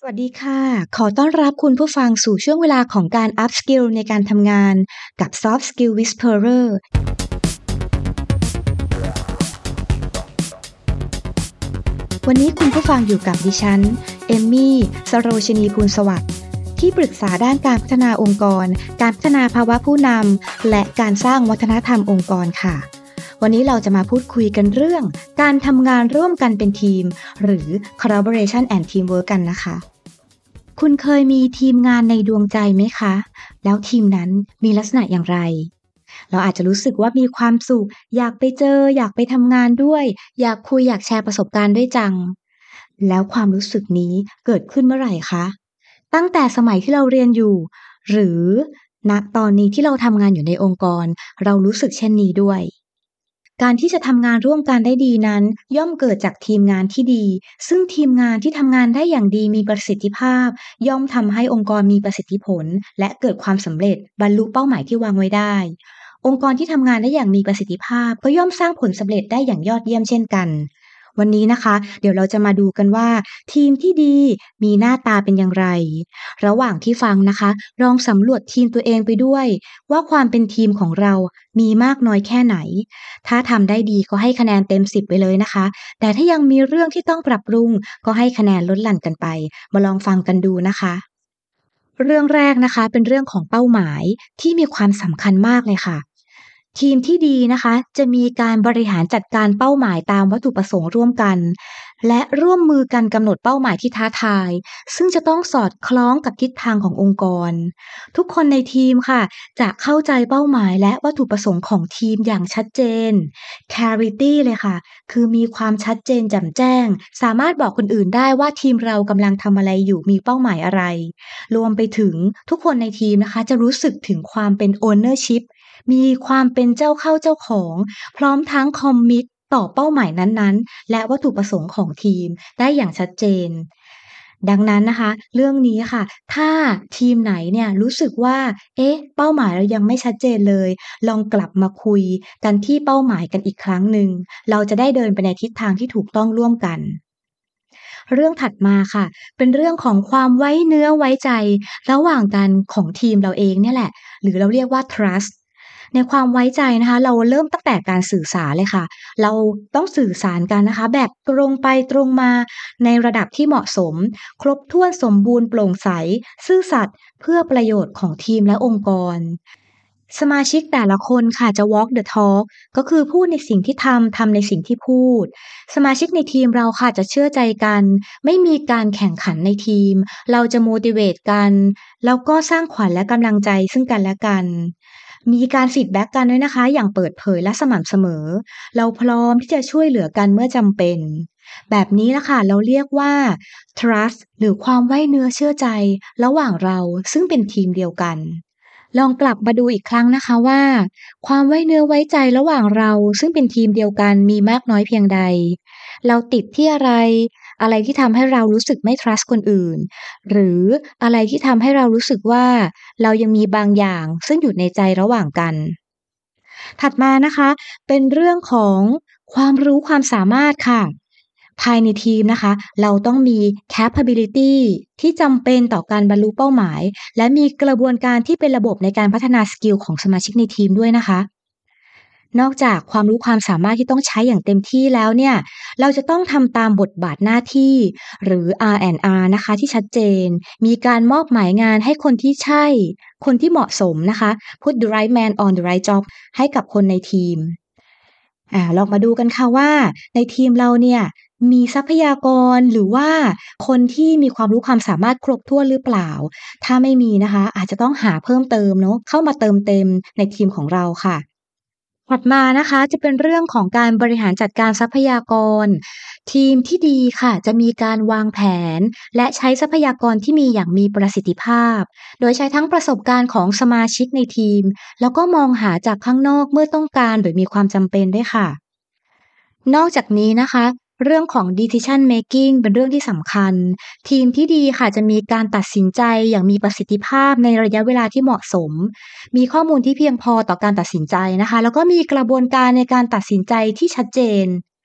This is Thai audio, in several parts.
สวัสดีค่ะ ขอต้อนรับคุณผู้ฟังสู่ช่วงเวลาของการ Up Skill ในการทำงานกับ Soft Skill Whisperer วันนี้คุณผู้ฟังอยู่กับดิฉัน เอมมี่ สโรชนีภูลสวัสดิ์ที่ปรึกษาด้านการพัฒนาองค์กร การพัฒนาภาวะผู้นำ และการสร้างวัฒนธรรมองค์กรค่ะ วันนี้เราจะมาพูดคุยกันเรื่องการทำงานร่วมกันเป็นทีม หรือ Collaboration and Teamwork กันนะคะ คุณเคยมีทีมงานในดวงใจไหมคะ แล้วทีมนั้นมีลักษณะอย่างไร เราอาจจะรู้สึกว่ามีความสุข อยากไปเจอ อยากไปทำงานด้วย อยากคุยอยากแชร์ประสบการณ์ด้วยจัง แล้วความรู้สึกนี้เกิดขึ้นเมื่อไหร่คะ ตั้งแต่สมัยที่เราเรียนอยู่ หรือณตอนนี้ที่เราทำงานอยู่ในองค์กร เรารู้สึกเช่นนี้ด้วย การที่จะทำงานร่วมกันได้ดีนั้นย่อมเกิดจากทีมงานที่ดี ซึ่งทีมงานที่ทำงานได้อย่างดีมีประสิทธิภาพย่อมทำให้องค์กรมีประสิทธิผลและเกิดความสำเร็จบรรลุเป้าหมายที่วางไว้ได้ องค์กรที่ทำงานได้อย่างมีประสิทธิภาพก็ย่อมสร้างผลสำเร็จได้อย่างยอดเยี่ยมเช่นกัน วันนี้นะคะเดี๋ยวเราจะมาดูกันว่าทีมที่ดีมีหน้าตาเป็นอย่างไร ระหว่างที่ฟังนะคะลองสำรวจทีมตัวเองไปด้วยว่าความเป็นทีมของเรามีมากน้อยแค่ไหน ถ้าทำได้ดีก็ให้คะแนนเต็ม10ไปเลยนะคะ แต่ถ้ายังมีเรื่องที่ต้องปรับปรุงก็ให้คะแนนลดหลั่นกันไป มาลองฟังกันดูนะคะ เรื่องแรกนะคะเป็นเรื่องของเป้าหมายที่มีความสำคัญมากเลยค่ะ ทีมที่ดีนะคะจะมีการบริหารจัดการเป้าหมายตามวัตถุประสงค์ร่วมกันและร่วมมือกันกำหนดเป้าหมายที่ท้าทายซึ่งจะต้องสอดคล้องกับทิศทางขององค์กรทุกคนในทีมค่ะจะเข้าใจเป้าหมายและวัตถุประสงค์ของทีมอย่างชัดเจน Clarity เลยค่ะคือมีความชัดเจนแจ่มแจ้งสามารถบอกคนอื่นได้ว่าทีมเรากำลังทำอะไรอยู่มีเป้าหมายอะไรรวมไปถึงทุกคนในทีมนะคะจะรู้สึกถึงความเป็น ownershipมีความเป็นเจ้าเข้าเจ้าของพร้อมทั้งคอมมิตต่อเป้าหมายนั้นๆและวัตถุประสงค์ของทีมได้อย่างชัดเจนดังนั้นนะคะเรื่องนี้ค่ะถ้าทีมไหนเนี่ยรู้สึกว่าเป้าหมายเรายังไม่ชัดเจนเลยลองกลับมาคุยกันที่เป้าหมายกันอีกครั้งหนึ่งเราจะได้เดินไปในทิศทางที่ถูกต้องร่วมกันเรื่องถัดมาค่ะเป็นเรื่องของความไว้เนื้อไว้ใจระหว่างกันของทีมเราเองเนี่ยแหละหรือเราเรียกว่า trust ในความไว้ใจนะคะเราเริ่มตั้งแต่การสื่อสารเลยค่ะเราต้องสื่อสารกันนะคะแบบตรงไปตรงมาในระดับที่เหมาะสมครบถ้วนสมบูรณ์โปร่งใสซื่อสัตย์เพื่อประโยชน์ของทีมและองค์กรสมาชิกแต่ละคนค่ะจะ walk the talk ก็คือพูดในสิ่งที่ทำในสิ่งที่พูดสมาชิกในทีมเราค่ะจะเชื่อใจกันไม่มีการแข่งขันในทีมเราจะ motivate กันแล้วก็สร้างขวัญและกำลังใจซึ่งกันและกัน มีการฟีดแบ็กกันด้วยนะคะอย่างเปิดเผยและสม่ำเสมอเราพร้อมที่จะช่วยเหลือกันเมื่อจำเป็นแบบนี้ล่ะค่ะเราเรียกว่า trust หรือความไว้เนื้อเชื่อใจระหว่างเราซึ่งเป็นทีมเดียวกันลองกลับมาดูอีกครั้งนะคะว่าความไว้เนื้อไว้ใจระหว่างเราซึ่งเป็นทีมเดียวกันมีมากน้อยเพียงใดเราติดที่อะไรอะไรที่ทำให้เรารู้สึกไม่ trust คนอื่นหรืออะไรที่ทำให้เรารู้สึกว่าเรายังมีบางอย่างซึ่งอยู่ในใจระหว่างกันถัดมานะคะเป็นเรื่องของความรู้ความสามารถค่ะภายในทีมนะคะเราต้องมี capability ที่จำเป็นต่อการบรรลุเป้าหมายและมีกระบวนการที่เป็นระบบในการพัฒนาสกิลของสมาชิกในทีมด้วยนะคะ นอกจากความรู้ความสามารถที่ต้องใช้อย่างเต็มที่แล้วเนี่ยเราจะต้องทำตามบทบาทหน้าที่หรือ R&R นะคะที่ชัดเจนมีการมอบหมายงานให้คนที่ใช่คนที่เหมาะสมนะคะ Put the right man on the right job ให้กับคนในทีมลองมาดูกันค่ะว่าในทีมเราเนี่ยมีทรัพยากรหรือว่าคนที่มีความรู้ความสามารถครบถ้วนหรือเปล่าถ้าไม่มีนะคะอาจจะต้องหาเพิ่มเติมเนาะเข้ามาเติมเต็มในทีมของเราค่ะ ถัดมานะคะจะเป็นเรื่องของการบริหารจัดการทรัพยากรทีมที่ดีค่ะจะมีการวางแผนและใช้ทรัพยากรที่มีอย่างมีประสิทธิภาพโดยใช้ทั้งประสบการณ์ของสมาชิกในทีมแล้วก็มองหาจากข้างนอกเมื่อต้องการหรือมีความจำเป็นด้วยค่ะ นอกจากนี้นะคะเรื่องของ decision making เป็นเรื่องที่สำคัญทีมที่ดีค่ะจะมีการตัดสินใจอย่างมีประสิทธิภาพในระยะเวลาที่เหมาะสมมีข้อมูลที่เพียงพอต่อการตัดสินใจนะคะแล้วก็มีกระบวนการในการตัดสินใจที่ชัดเจน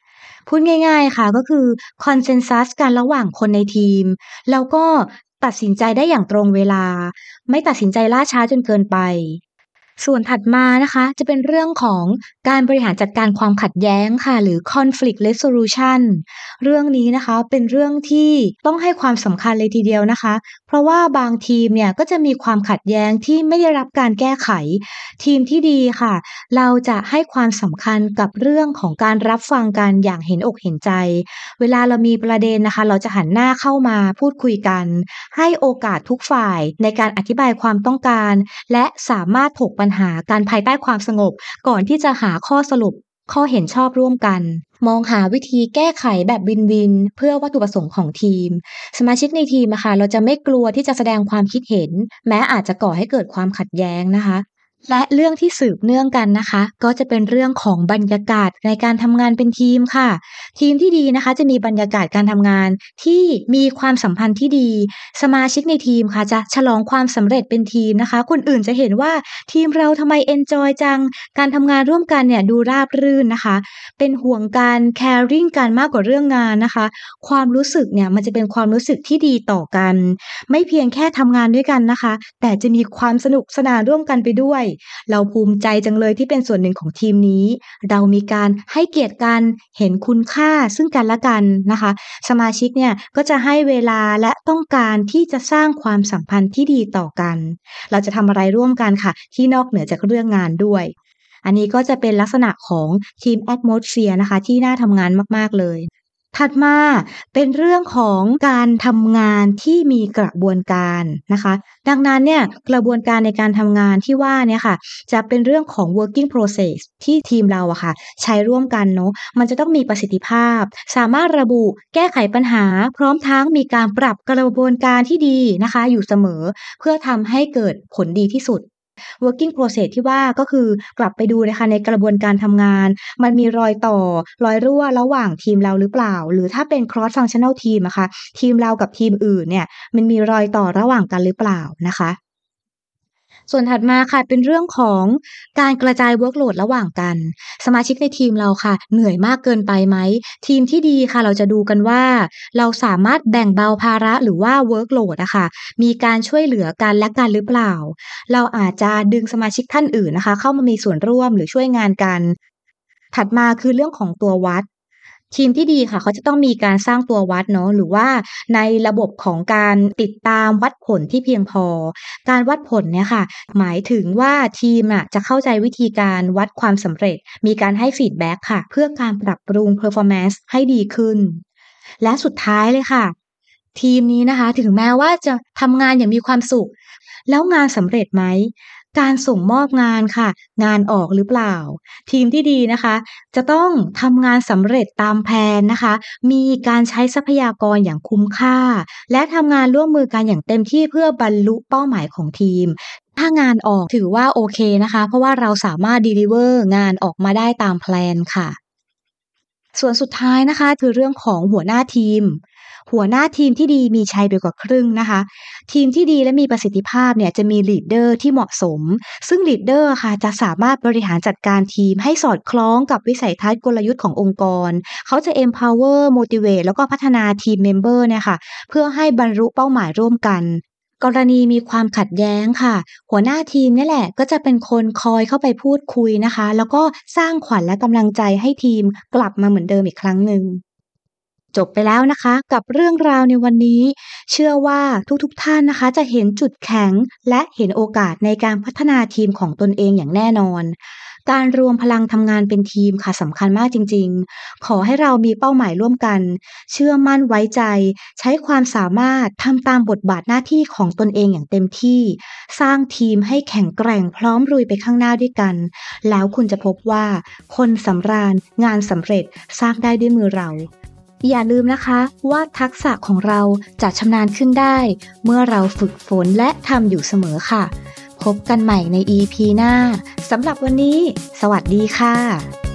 พูดง่ายๆค่ะก็คือคอนเซนซัสกันระหว่างคนในทีมแล้วก็ตัดสินใจได้อย่างตรงเวลาไม่ตัดสินใจล่าช้าจนเกินไปส่วนถัดมานะคะจะเป็นเรื่องของการบริหารจัดการความขัดแย้งค่ะหรือ conflict resolution เรื่องนี้นะคะเป็นเรื่องที่ต้องให้ความสำคัญเลยทีเดียวนะคะเพราะว่าบางทีมเนี่ยก็จะมีความขัดแย้งที่ไม่ได้รับการแก้ไขทีมที่ดีค่ะเราจะให้ความสำคัญกับเรื่องของการรับฟังกันอย่างเห็นอกเห็นใจเวลาเรามีประเด็นนะคะเราจะหันหน้าเข้ามาพูดคุยกันให้โอกาสทุกฝ่ายในการอธิบายความต้องการและสามารถถกปัญหาการภายใต้ความสงบก่อนที่จะหาข้อสรุปข้อเห็นชอบร่วมกันมองหาวิธีแก้ไขแบบวินๆเพื่อวัตถุประสงค์ของทีมสมาชิกในทีมเราจะไม่กลัวที่จะแสดงความคิดเห็นแม้อาจจะก่อให้เกิดความขัดแย้งนะคะและเรื่องที่สืบเนื่องกันนะคะก็จะเป็นเรื่องของบรรยากาศในการทำงานเป็นทีมค่ะทีมที่ดีนะคะจะมีบรรยากาศการทำงานที่มีความสัมพันธ์ที่ดีสมาชิกในทีมค่ะจะฉลองความสำเร็จเป็นทีมนะคะคนอื่นจะเห็นว่าทีมเราทำไมเอนจอยจังการทำงานร่วมกันเนี่ยดูราบรื่นนะคะเป็นห่วงกันแคร์ริ่งกันมากกว่าเรื่องงานนะคะความรู้สึกเนี่ยมันจะเป็นความรู้สึกที่ดีต่อกันไม่เพียงแค่ทำงานด้วยกันนะคะแต่จะมีความสนุกสนานร่วมกันไปด้วยเราภูมิใจจังเลยที่เป็นส่วนหนึ่งของทีมนี้เรามีการให้เกียรติกันเห็นคุณค่าซึ่งกันและกันนะคะสมาชิกเนี่ยก็จะให้เวลาและต้องการที่จะสร้างความสัมพันธ์ที่ดีต่อกันเราจะทำอะไรร่วมกันค่ะที่นอกเหนือจากเรื่องงานด้วยอันนี้ก็จะเป็นลักษณะของทีม atmosphere นะคะที่น่าทำงานมากๆเลยถัดมาเป็นเรื่องของการทำงานที่มีกระบวนการนะคะดังนั้นเนี่ยกระบวนการในการทำงานที่ว่าเนี่ยค่ะจะเป็นเรื่องของ working process ที่ทีมเราค่ะใช้ร่วมกันเนาะมันจะต้องมีประสิทธิภาพสามารถระบุแก้ไขปัญหาพร้อมทั้งมีการปรับกระบวนการที่ดีนะคะอยู่เสมอเพื่อทำให้เกิดผลดีที่สุดworking process ที่ว่าก็คือกลับไปดูนะคะในกระบวนการทำงานมันมีรอยต่อรอยรั่วระหว่างทีมเราหรือเปล่าหรือถ้าเป็น cross functional team ทีมเรากับทีมอื่นเนี่ยมันมีรอยต่อระหว่างกันหรือเปล่านะคะส่วนถัดมาค่ะเป็นเรื่องของการกระจาย workload ระหว่างกันสมาชิกในทีมเราค่ะเหนื่อยมากเกินไปไหมทีมที่ดีค่ะเราจะดูกันว่าเราสามารถแบ่งเบาภาระหรือว่า workload มีการช่วยเหลือกันและกันหรือเปล่าเราอาจจะดึงสมาชิกท่านอื่นนะคะเข้ามามีส่วนร่วมหรือช่วยงานกันถัดมาคือเรื่องของตัววัดทีมที่ดีค่ะเขาจะต้องมีการสร้างตัววัดเนาะหรือว่าในระบบของการติดตามวัดผลที่เพียงพอการวัดผลเนี่ยค่ะหมายถึงว่าทีมจะเข้าใจวิธีการวัดความสำเร็จมีการให้ฟีดแบ็กค่ะเพื่อการปรับปรุง performance ให้ดีขึ้นและสุดท้ายเลยค่ะทีมนี้นะคะถึงแม้ว่าจะทำงานอย่างมีความสุขแล้วงานสำเร็จไหมการส่งมอบงานค่ะงานออกหรือเปล่าทีมที่ดีนะคะจะต้องทำงานสำเร็จตามแผนนะคะมีการใช้ทรัพยากรอย่างคุ้มค่าและทำงานร่วมมือกันอย่างเต็มที่เพื่อบรรลุเป้าหมายของทีมถ้างานออกถือว่าโอเคนะคะเพราะว่าเราสามารถ deliver งานออกมาได้ตามแพลนค่ะส่วนสุดท้ายนะคะคือเรื่องของหัวหน้าทีมหัวหน้าทีมที่ดีมีชัยไปกว่าครึ่งนะคะทีมที่ดีและมีประสิทธิภาพเนี่ยจะมีลีดเดอร์ที่เหมาะสมซึ่งลีดเดอร์ค่ะจะสามารถบริหารจัดการทีมให้สอดคล้องกับวิสัยทัศน์กลยุทธ์ขององค์กรเขาจะ empower motivate แล้วก็พัฒนาทีมเมมเบอร์เนี่ยค่ะเพื่อให้บรรลุเป้าหมายร่วมกันกรณีมีความขัดแย้งค่ะหัวหน้าทีมนี่แหละก็จะเป็นคนคอยเข้าไปพูดคุยนะคะแล้วก็สร้างขวัญและกำลังใจให้ทีมกลับมาเหมือนเดิมอีกครั้งหนึ่ง จบไปแล้วนะคะกับเรื่องราวในวันนี้เชื่อว่าทุกท่านนะคะจะเห็นจุดแข็งและเห็นโอกาสในการพัฒนาทีมของตนเองอย่างแน่นอนการรวมพลังทำงานเป็นทีมค่ะสำคัญมากจริงๆขอให้เรามีเป้าหมายร่วมกันเชื่อมั่นไว้ใจใช้ความสามารถทำตามบทบาทหน้าที่ของตนเองอย่างเต็มที่สร้างทีมให้แข็งแกร่งพร้อมลุยไปข้างหน้าด้วยกันแล้วคุณจะพบว่าคนสำราญงานสำเร็จสร้างได้ด้วยมือเราอย่าลืมนะคะว่าทักษะของเราจะชำนาญขึ้นได้เมื่อเราฝึกฝนและทำอยู่เสมอค่ะพบกันใหม่ใน EP หน้าสำหรับวันนี้สวัสดีค่ะ